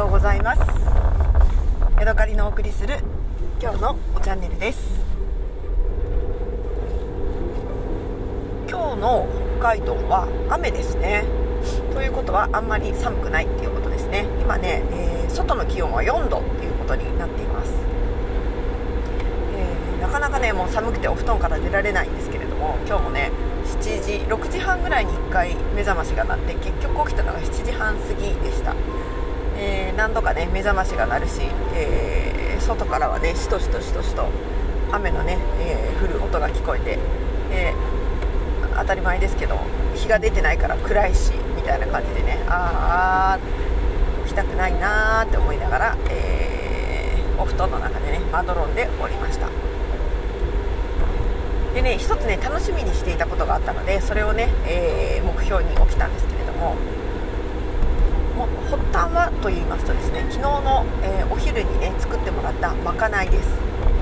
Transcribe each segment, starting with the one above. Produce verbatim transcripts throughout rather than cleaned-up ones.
ようございます。ヤドカリのお送りする今日のチャンネルです。今日の北海道は雨ですね。ということはあんまり寒くないっていうことですね。今ね、えー、外の気温はよんどっていうことになっています。えー、なかなかねもう寒くてお布団から出られないんですけれども、今日もねしちじろくじはんぐらいにいっかい目覚ましが鳴って、結局起きたのがしちじはん過ぎでした。えー、何度かね目覚ましが鳴るし、えー、外からはねしとしとしとしと雨のね、えー、降る音が聞こえて、えー、当たり前ですけど日が出てないから暗いしみたいな感じでね、あー起きたくないなーって思いながら、えー、お布団の中でねまどろんでおりました。でね、一つね楽しみにしていたことがあったので、それをね、えー、目標に起きたんですけれども、もう発端はと言いますとですね、昨日の、えー、お昼にね作ってもらったまかないです。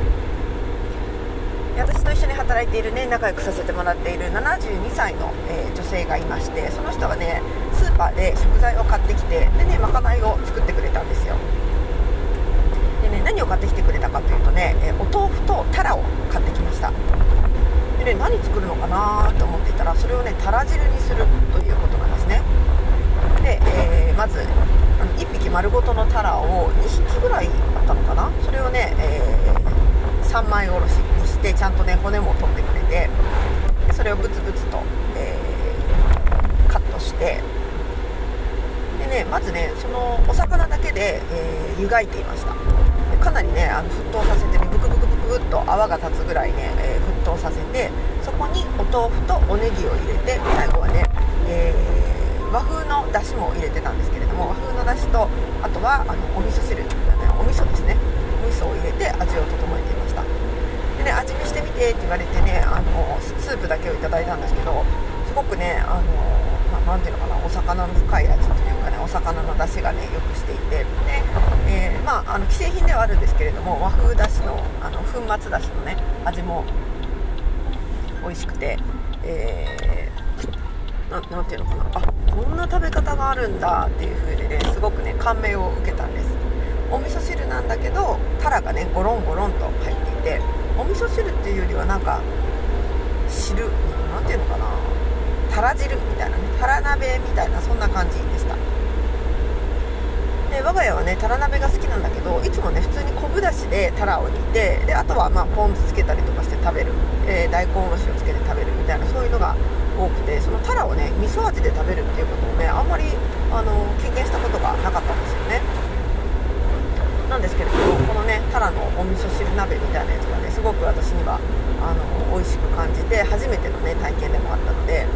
で私と一緒に働いているね仲良くさせてもらっているななじゅうにさいの、えー、女性がいまして、その人がねスーパーで食材を買ってきて、でねまかないを作ってくれたんですよ。でね、何を買ってきてくれたかというとね、えー、お豆腐とタラを買ってきました。でね、何作るのかなと思っていたら、それをねたら汁にするということなんですね。で、えー、まずあのいっぴき丸ごとのタラをにひきぐらいあったのかな、それをね、えー、さんまいおろしにして、ちゃんとね骨も取ってくれて、それをブツブツと、えー、カットして、でねまずねそのお魚だけで、えー、湯がいていました。でかなりねあの沸騰させてねブクブクブクブクっと泡が立つぐらいね、えー、沸騰させて、そこにお豆腐とおネギを入れて、最後はね、えー和風のだしも入れてたんですけれども、和風のだしと、あとはあのお味噌汁、お味噌ですね、お味噌を入れて味を整えていました。でね、味見してみてって言われてね、あのスープだけをいただいたんですけど、すごくねあの、まあ、なんていうのかな、お魚の深い味というかね、お魚のだしがねよくしていて、で、えー、まああの既製品ではあるんですけれども、和風だしのあの粉末だしのね味も美味しくて、えーな, なんていうのかな、あこんな食べ方があるんだっていう風でね、すごくね感銘を受けたんです。お味噌汁なんだけどタラがねゴロンゴロンと入っていて、お味噌汁っていうよりはなんか汁なんていうのかな、タラ汁みたいなね、タラ鍋みたいな、そんな感じでした。で我が家はねタラ鍋が好きなんだけど、いつもね普通に昆布だしでタラを煮て、であとはまあポン酢つけたりとかして食べる、えー、大根おろしをつけて食べるみたいな、そういうのが多くて、そのタラをね味噌味で食べるっていうことをねあんまりあの経験したことがなかったんですよね。なんですけれども、このねタラのお味噌汁鍋みたいなやつがねすごく私にはあの美味しく感じて、初めてのね体験でもあったので、え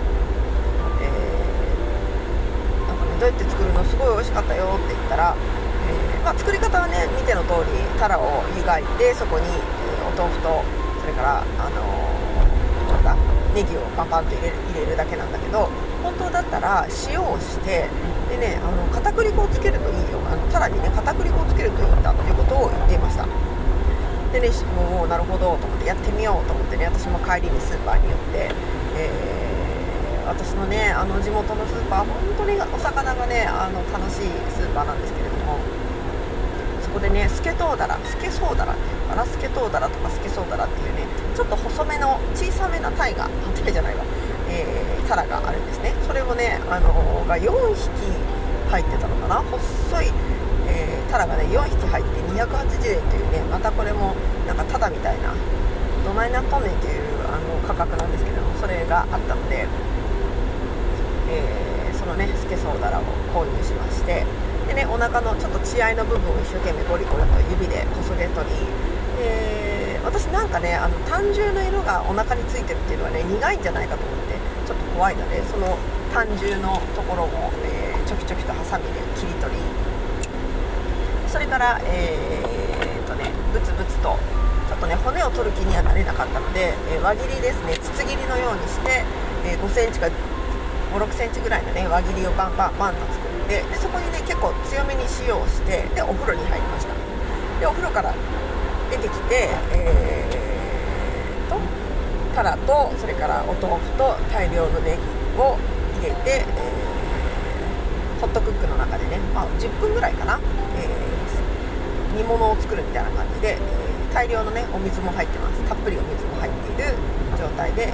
ー、なんかねどうやって作るの、すごい美味しかったよって言ったら、えーまあ、作り方はね見ての通りタラを湯がいて、そこに、えー、お豆腐とそれからあのー、なんだネギをパンパンと入れる、入れるだけなんだけど、本当だったら塩をして、でねあの片栗粉をつけるといいよ、あのタラにね片栗粉をつけるといいんだということを言っていました。でねもうなるほどと思ってやってみようと思ってね、私も帰りにスーパーに寄って、えー、私のねあの地元のスーパー、本当にお魚がねあの楽しいスーパーなんですけれども、そこでねスケトウダラ、スケソウダラっていうのかな、スケトウダラとかスケソウダラっていうねちょっと細めの小さめなタイがタイじゃないわ、えー、タラがあるんですね。それをねあのー、がよんひき入ってたのかな、細い、えー、タラがねよんひき入ってにひゃくはちじゅうえんというね、またこれもなんかタダみたいな、どないなっとんねんというあの価格なんですけれども、それがあったので、えー、そのねスケソウダラを購入しまして、でねお腹のちょっと血合いの部分を一生懸命ゴリゴリと指でこそげ取り、えー、私なんかねあの胆汁の色がお腹についてるっていうのはね苦いんじゃないかと思ってちょっと怖いので、その胆汁のところも、えー、ちょきちょきとハサミで切り取り、それからえー、っとねブツブツとちょっとね骨を取る気にはなれなかったので、えー、輪切りですね、筒切りのようにして、えー、ごセンチかご、ろくセンチぐらいのね輪切りをバンバンバンと作って、でそこにね結構強めに塩をして、でお風呂に入りました。でお風呂から出てきて、えー、とタラとそれからお豆腐と大量のネギを入れて、えー、 ホットクックの中でね、まあ、じゅっぷんぐらいかな、えー、煮物を作るみたいな感じで、えー、大量のねお水も入ってます。たっぷりお水も入っている状態で、え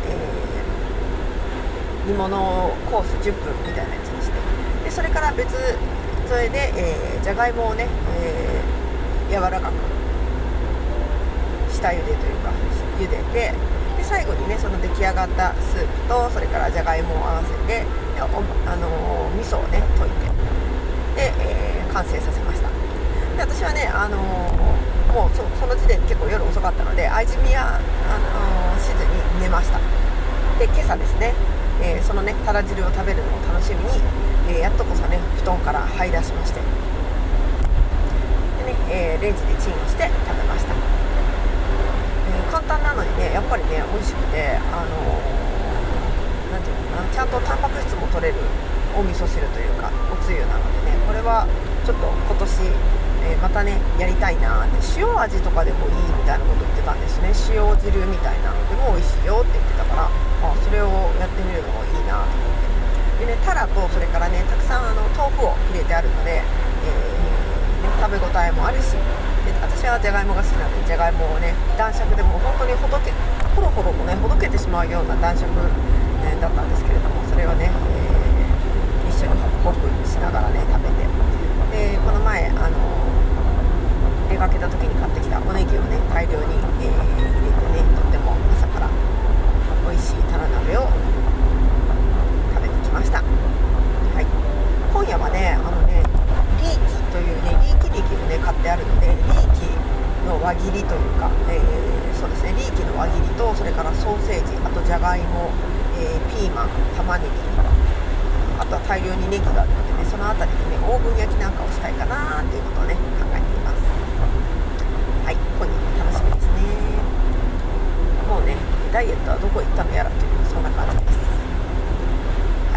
ー、煮物コースじゅっぷんみたいなやつにして、でそれから別それで、えー、じゃがいもをね、えー、柔らかく下茹でというか茹でて、で最後にねその出来上がったスープとそれからじゃがいもを合わせて、でおあのー、味噌をね溶いて、で、えー、完成させました。で私はね、あのー、もう そ, その時点で結構夜遅かったので味見はあのー、しずに寝ました。で今朝ですね、えー、そのねたら汁を食べるのを楽しみに、えー、やっとこそね布団から這い出しまして、でね、えー、レンジでチンをして食べました。簡単なのにねやっぱりね美味しくて、あのー、なんていうのかな、ちゃんとタンパク質も取れるお味噌汁というかおつゆなのでね、これはちょっと今年、えー、またねやりたいなって。塩味とかでもいいみたいなこと言ってたんですね。塩汁みたいなのでも美味しいよって言ってたから、あそれをやってみるのもいいなと思って、でねタラとそれからねたくさんあの豆腐を入れてあるので、えーね、食べ応えもあるし、で私はじゃがいもが好きなのでじゃがいもをね男爵でも本当にほどけほろほろとねほどけてしまうような男爵、ね、だったんですけれども、それをね、えー、一緒にホクホクしながらね食べて、でこの前あの出かけた時に買ってきたおネギをね大量に、えー、入れてね、とっても朝から美味しいタラ鍋を食べてきました。はい、今夜はねあのねリーキというねリーキリキもね買ってあるので、リーキの輪切りというか、えー、そうですね、リーキの輪切りとそれからソーセージ、あとじゃがいも、えー、ピーマン、玉ねぎ、あとは大量にネギがあるのでね、そのあたりでねオーブン焼きなんかをしたいかなっていうことをね考えています。はい、今夜も楽しみですね。もうねダイエットはどこ行ったのやらというそんな感じです。はい、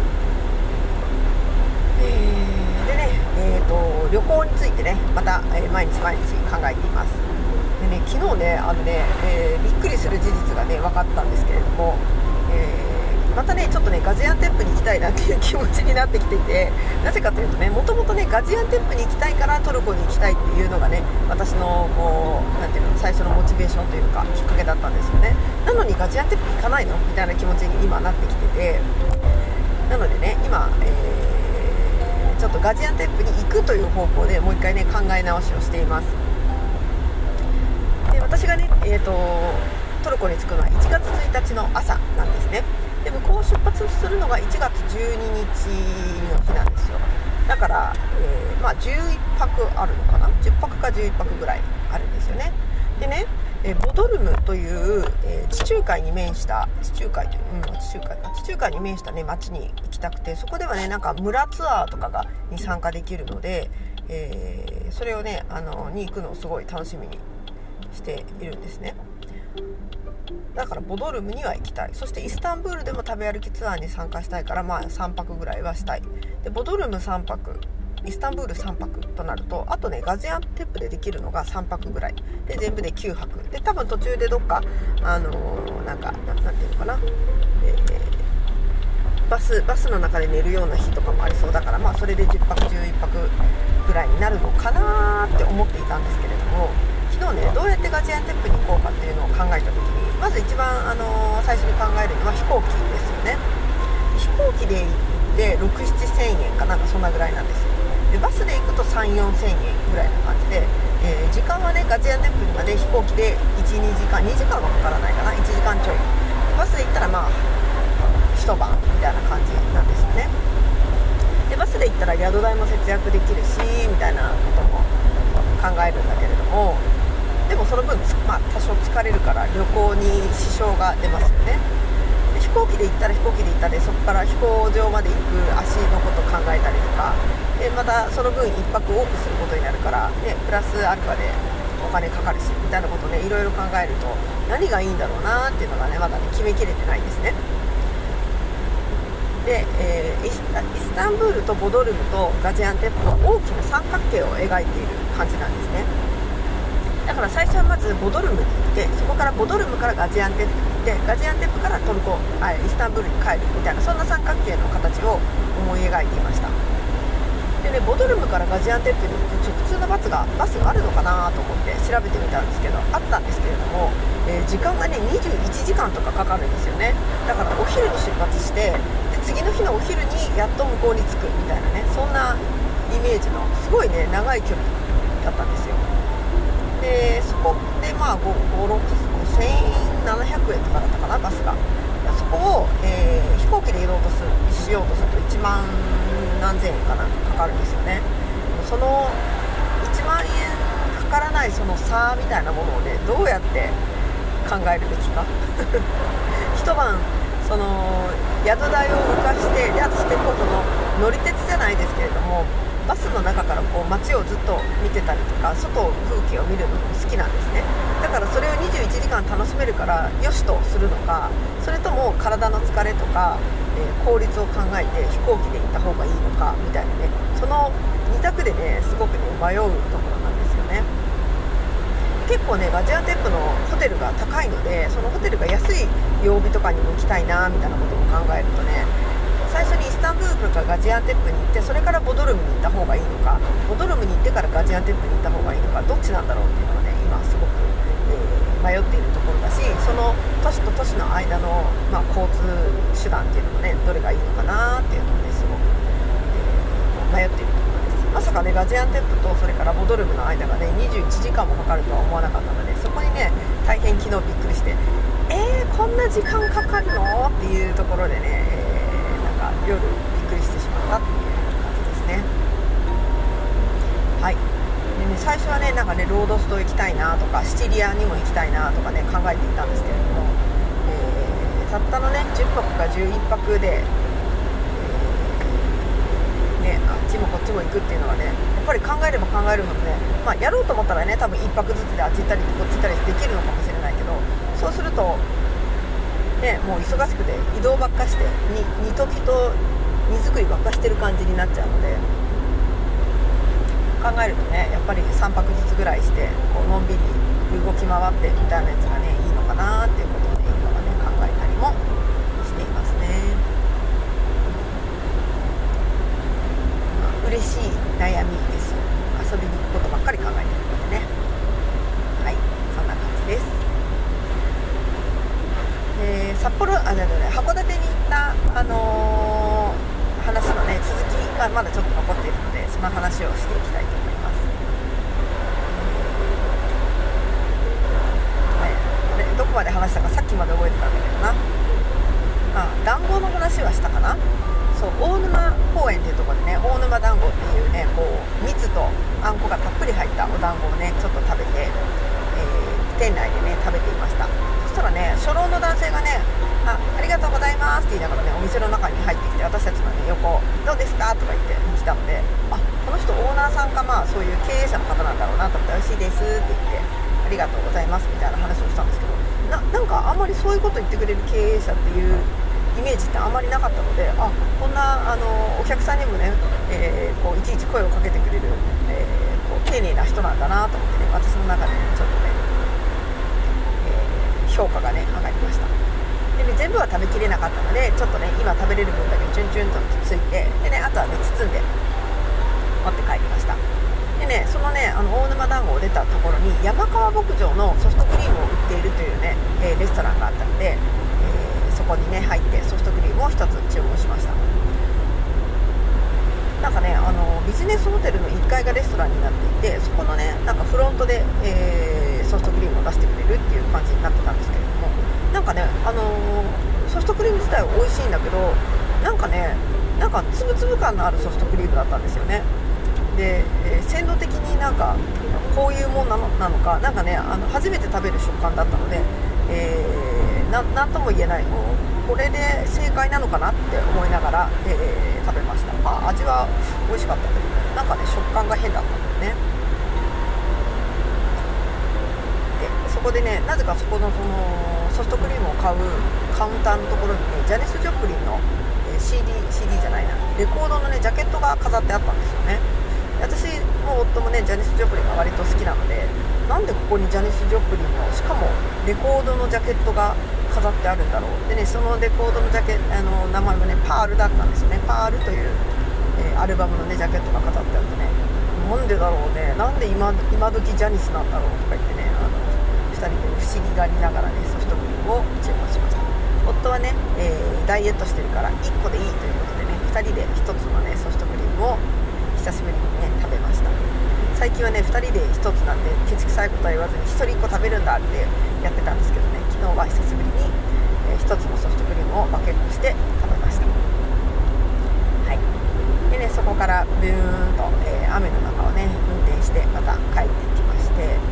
えー、でねえー、と旅行についてねまた、えー、毎日毎日考えています。でね昨日ねあのね、えー、びっくりする事実がね分かったんですけれども、えー、またねちょっとねガジアンテップに行きたいなっていう気持ちになってきていて、なぜかというとねもともとねガジアンテップに行きたいからトルコに行きたいっていうのがね私のこうなんていうの最初のモチベーションというかきっかけだったんですよね。なのにガジアンテップ行かないのみたいな気持ちに今なってきてて、なのでね今、えーちょっとガジアンテップに行くという方向でもう一回ね考え直しをしています。で私がね、えーと、トルコに着くのはいちがつついたちの朝なんですね。で向こうを出発するのがいちがつじゅうににちの日なんですよ。だから、えーまあ、じゅういっぱくあるのかな、じゅっぱくかじゅういっぱくぐらいあるんですよね。でねえボドルムという、えー、地中海に面した地中海という、うん、地中海か地中海に面した、ね、町に行きたくて、そこではねなんか村ツアーとかがに参加できるので、えー、それをねあのに行くのをすごい楽しみにしているんですね。だからボドルムには行きたい。そしてイスタンブールでも食べ歩きツアーに参加したいから、まあさんぱくぐらいはしたい。でボドルムさんぱく、イスタンブールさんぱくとなると、あとねガジアンテップでできるのがさんぱくぐらいで全部できゅうはくで、多分途中でどっかあのー、なんか な, なんていうのかな、えー、バスバスの中で寝るような日とかもありそうだから、まあそれでじゅっぱくじゅういっぱくぐらいになるのかなって思っていたんですけれども、昨日ねどうやってガジアンテップに行こうかっていうのを考えた時に、まず一番、あのー、最初に考えるのは飛行機ですよね。飛行機で行ってろく、ななせんえんかなんかそんなぐらいなんですよ。でバスで行くとさん、よんせんえんぐらいな感じで、えー、時間はねガジアンテップまで飛行機でいち、にじかんにじかんはかからないかな、いちじかんちょい。バスで行ったらまあ一晩みたいな感じなんですよね。でバスで行ったら宿代も節約できるしみたいなことも考えるんだけれども、でもその分、まあ、多少疲れるから旅行に支障が出ますよね。で飛行機で行ったら飛行機で行ったで、そこから飛行場まで行く足のこと考えたりとかで、またその分いっぱく多くすることになるから、ね、プラスアルファでお金かかるしみたいなことをねいろいろ考えると、何がいいんだろうなっていうのがねまだね決めきれてないんですね。で、えー、イスタンブールとボドルムとガジアンテップは大きな三角形を描いている感じなんですね。だから最初はまずボドルムに行って、そこからボドルムからガジアンテップに行って、ガジアンテップからトルコあイスタンブールに帰るみたいな、そんな三角形の形を思い描いていました。 でね、ボドルムからガジアンテップに直通のバスがバスがあるのかなと思って調べてみたんですけど、あったんですけれども、えー、時間がねにじゅういちじかんとかかかるんですよね。だからお昼に出発して、で次の日のお昼にやっと向こうに着くみたいなね、そんなイメージのすごいね長い距離だったんですよ。でそこでまあごせんななひゃくえんとかだったかな、バスが。そこを、えー、飛行機で移動とするしようとするといちまん何千円かなかかるんですよね。そのいちまんえんかからないその差みたいなものをね、どうやって考えるべきか一晩その宿代を浮かして、で私結構その乗り鉄じゃないですけれども、バスの中からこう街をずっと見てたりとか、外風景を見るのも好きなんですね。だからそれをにじゅういちじかん楽しめるからよしとするのか、それとも体の疲れとか、えー、効率を考えて飛行機で行った方がいいのかみたいなね、そのに択でねすごくね迷うところなんですよね。結構ねガジアンテップのホテルが高いので、そのホテルが安い曜日とかにも行きたいなみたいなことも考えるとね、最初にイスタンブールからガジアンテップに行って、それからボドルムに行った方がいいのか、ボドルムに行ってからガジアンテップに行った方がいいのか、どっちなんだろうっていうのがね今すごく、えー、迷っているところだし、その都市と都市の間の、まあ、交通手段っていうのもねどれがいいのかなっていうのをねすごく、えー、迷っているところです。まさかねガジアンテップとそれからボドルムの間がねにじゅういちじかんもかかるとは思わなかったので、そこにね大変昨日びっくりして、えー、こんな時間かかるのっていうところでね、えー夜びっくりしてしまったっていう感じですね。はい。でね、最初はねなんかねロードス島行きたいなとか、シチリアにも行きたいなとかね考えていたんですけれども、えー、たったのねじゅっぱくかじゅういっぱくで、えー、ねあっちもこっちも行くっていうのはね、やっぱり考えれば考えるほどね、まあやろうと思ったらね多分いっぱくずつであっち行ったりこっち行ったりできるのかもしれないけど、そうするとね、もう忙しくて移動ばっかしてに荷ときと荷造りばっかしてる感じになっちゃうので、考えるとねやっぱりさんぱくずつぐらいしてこうのんびり動き回ってみたいなやつがねいいのかなっていうことをね今はね考えたりもしていますね。まあ、嬉しい悩みですよ。遊びに行くことばっかり考えてるのでね。はい、そんな感じです。えー、札幌あ、ね、函館に行った、あのー、話の、ね、続きがまだちょっと残っているので、その話をしていきたいと思います。えーね、どこまで話したかさっきまで覚えてたんだけどな。あ、団子の話はしたかな。そう、大沼公園っていうところでね、大沼団子っていうね、こう蜜とあんこがたっぷり入ったお団子をねちょっと食べて、えー、店内でね食べていました。そしたらね、初老の男性がね、あ、ありがとうございますって言いながらね、お店の中に入ってきて、私たちの、ね、横、どうですかとか言って来たので、あ、この人オーナーさんか、まあそういう経営者の方なんだろうなと思って、美味しいですって言って、ありがとうございますみたいな話をしたんですけど、な, なんかあんまりそういうこと言ってくれる経営者っていうイメージってあんまりなかったので、あ、こんなあのお客さんにもね、えー、こういちいち声をかけてくれる、えー、こう丁寧な人なんだなと思ってね、私の中で、ね、ちょっとね、評価がね上がりました。でね、全部は食べきれなかったので、ちょっとね今食べれる分だけチュンチュンとついて、でね、あとはね包んで持って帰りました。でね、そのねあの大沼団子を出たところに山川牧場のソフトクリームを売っているというね、えー、レストランがあったので、えー、そこにね入ってソフトクリームをひとつ注文しました。なんかねあのビジネスホテルのいっかいがレストランになっていて、そこのねなんかフロントで、えー、ソフトクリームを出してくれるっていう感じになってたんですけれども、なんかねあのー、ソフトクリーム自体は美味しいんだけど、なんかねなんかつぶつぶ感のあるソフトクリームだったんですよね。で、えー、鮮度的になんかこういうもんなの、なのか、なんかねあの初めて食べる食感だったので、えー、な, なんとも言えない、これで正解なのかなって思いながら、えー、食べました。まあ味は美味しかったんだけど、なんかね食感が変だったんだよね。でそこでね、なぜかそこのそのソフトクリームを買うカウンターのところにね、ジャニス・ジョプリンの シーディー, シーディーじゃないなレコードのねジャケットが飾ってあったんですよね。私も夫もねジャニス・ジョプリンが割と好きなので、なんでここにジャニス・ジョプリンのしかもレコードのジャケットが飾ってあるんだろう。でね、そのレコードのジャケあの名前もねパールだったんですよね。パールという、 えー、アルバムのねジャケットが飾ってあってね、なんでだろうね、なんで 今, 今時ジャニスなんだろうとか言ってね、あのふたりで不思議がりながらねソフトクリームを注文しました。夫はね、えー、ダイエットしてるからいっこでいいということでね、ふたりでひとつのねソフトクリームを久しぶりにね食べました。最近はねふたりでひとつなんでケチくさいことは言わずにひとりいっこ食べるんだってやってたんですけどね、昨日は久しぶりに、えー、ひとつのソフトクリームをバケットして食べました。はいでね、そこからブーンと、えー、雨の中をね運転してまた帰ってきまして、え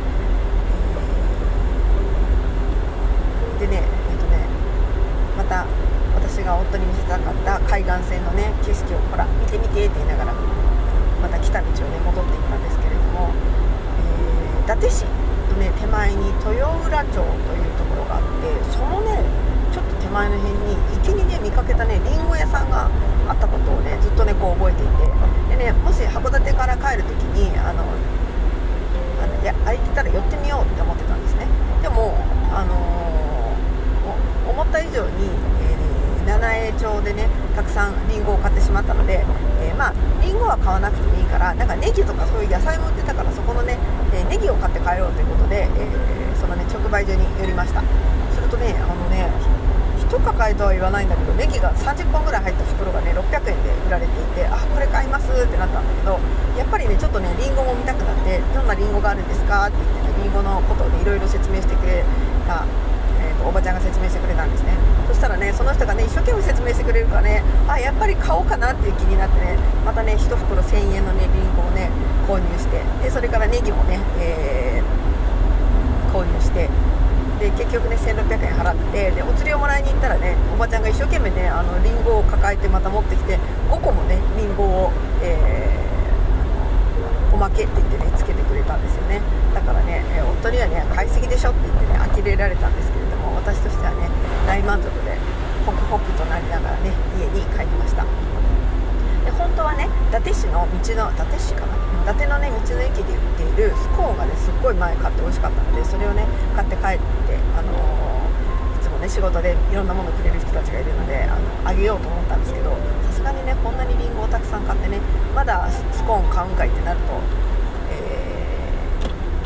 ー、でねえっ、ー、とねまた私が夫に見せたかった海岸線のね景色をほら見て見てって言いながらまた来た道をね戻っていったんですけれども、えー、伊達市のね手前に豊浦町というところがあって、そのねちょっと手前の辺に池にね見かけたねリンゴ屋さんがあったことをねずっとねこう覚えていて、でねもし函館から帰るときにあのあのいや空いてたら寄ってみようって思ってたんですね。でもあのー、思った以上に、えー、七重町でねたくさんリンゴを買ってしまったので、えー、まあリンゴは買わなくてもいいからなんかネギとかそういう野菜も売ってたから、そこのね、えー、ネギを買って帰ろうということで、えー、そのね直売所に寄りました。するとねあのね一抱えとは言わないんだけど、ネギがさんじゅっぽんぐらい入った袋がねろっぴゃくえんで売られていて、あこれ買いますってなったんだけど、やっぱりねちょっとねリンゴも見たくなって、どんなリンゴがあるんですかって言ってねリンゴのことをねいろいろ説明してくれた、えー、とおばちゃんが説明してくれたんですね。そしたらねその人がね一生懸命説明してくれるからね、あやっぱり買おうかなっていう気になってね、またねいち袋せんえんのねリンゴをね購入して、でそれからネギもね、えー、購入して、で結局ねせんろっぴゃくえん払って、でお釣りをもらいに行ったらねおばちゃんが一生懸命ねあのリンゴを抱えてまた持ってきてごこもねリンゴを、えー、おまけって言ってねつけてくれたんですよね。だからね、えー、夫にはね買いすぎでしょって言ってね呆れられたんですけれども、私としてはね大満足でホクホクとなりながらね家に帰りました。で本当はね伊達市の道の伊達市かな伊達のね道の駅で売っているスコーンがねすっごい前買って美味しかったので、それをね買って帰って、あのー、いつもね仕事でいろんなものくれる人たちがいるので あのあげようと思ったんですけど、さすがにねこんなにリンゴをたくさん買ってねまだスコーン買うんかいってなると、え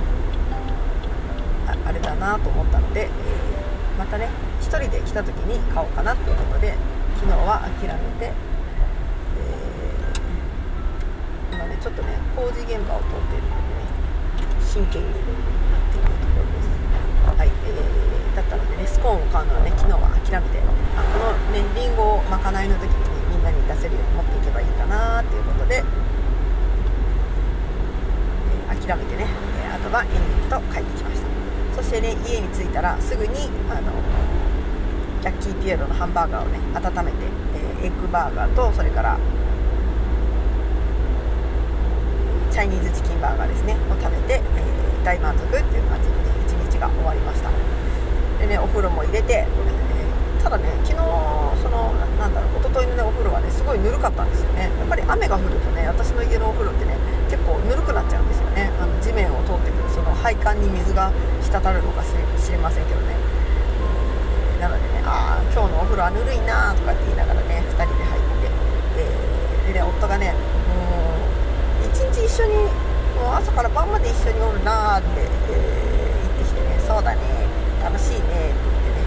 ー、あ, あれだなと思ったので、えー、またね一人で来た時に買おうかなということで昨日は諦めて、今ねちょっとね工事現場を通っているのでね真剣になっているところです。はい、えー、だったのでねスコーンを買うのはね昨日は諦めて、あこのねリンゴをまかないの時にねみんなに出せるように持っていけばいいかなということで、えー、諦めてね、えー、あとはエンディングと帰ってきました。そしてね家に着いたらすぐにあのラッキーピエロのハンバーガーをね温めて、えー、エッグバーガーとそれからチャイニーズチキンバーガーですねを食べて、えー、大満足っていう感じでね一日が終わりました。でねお風呂も入れて、えー、ただね昨日そのなんだろう一昨日のねお風呂はねすごいぬるかったんですよね。やっぱり雨が降るとね私の家のお風呂ってね結構ぬるくなっちゃうんですよね。あの地面を通ってくるその配管に水が滴るのか知りませんけどね、えー、なのでねあー今日のお風呂はぬるいなとかって言いながらねふたりで入って、えー、でね夫がねもう一日一緒にもう朝から晩まで一緒におるなーって、えー、言ってきてね、そうだね楽しいねって言ってね、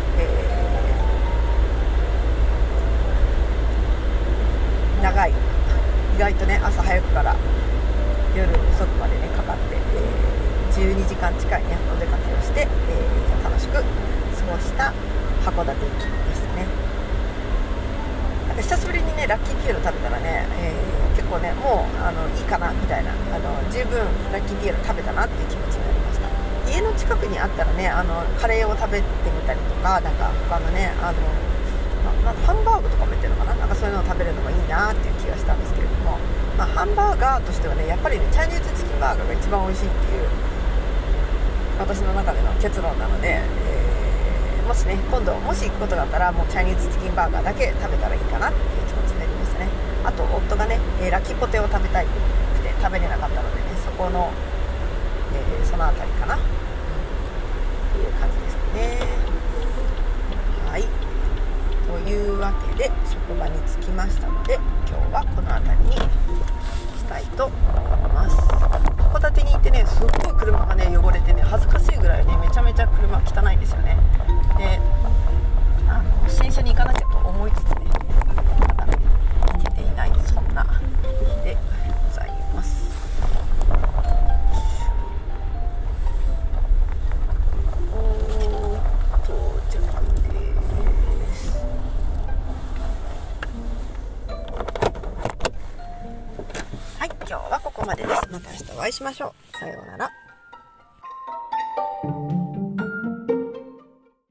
えー、長い意外とね朝早くから夜遅くまでねかかって、えー、じゅうにじかん近いねお出かけをして、えー、楽しく過ごした函館駅ですね。なんか久しぶりにねラッキーピエロ食べたらね、えー、結構ねもうあのいいかなみたいな、あの十分ラッキーピエロ食べたなっていう気持ちになりました。家の近くにあったらねあのカレーを食べてみたりとか、なんか他のねあのななハンバーグとかも言ってるのかな、なんかそういうのを食べるのもいいなっていう気がしたんですけれども、まあ、ハンバーガーとしてはねやっぱりねチャイニーズチキンバーガーが一番美味しいっていう私の中での結論なので、えー、もしね今度もし行くことがあったらもうチャイニーズチキンバーガーだけ食べたらいいかなっていう気持ちになりましたね。あと夫がね、えー、ラッキーポテを食べたいって食べれなかったのでね、そこの、えー、そのあたりかな、うん、っていう感じですね。はい、とというわけで職場に着きましたので、今日はこの辺りにしたいと思います。函館に行ってね、すっごい車がね汚れてね、恥ずかしいぐらいね、めちゃめちゃ車汚いんですよね。で、あの新車に行かなきゃと思いつつね、まだね行けていない、そんな日でございます。今日はここまでです。また明日お会いしましょう。さようなら。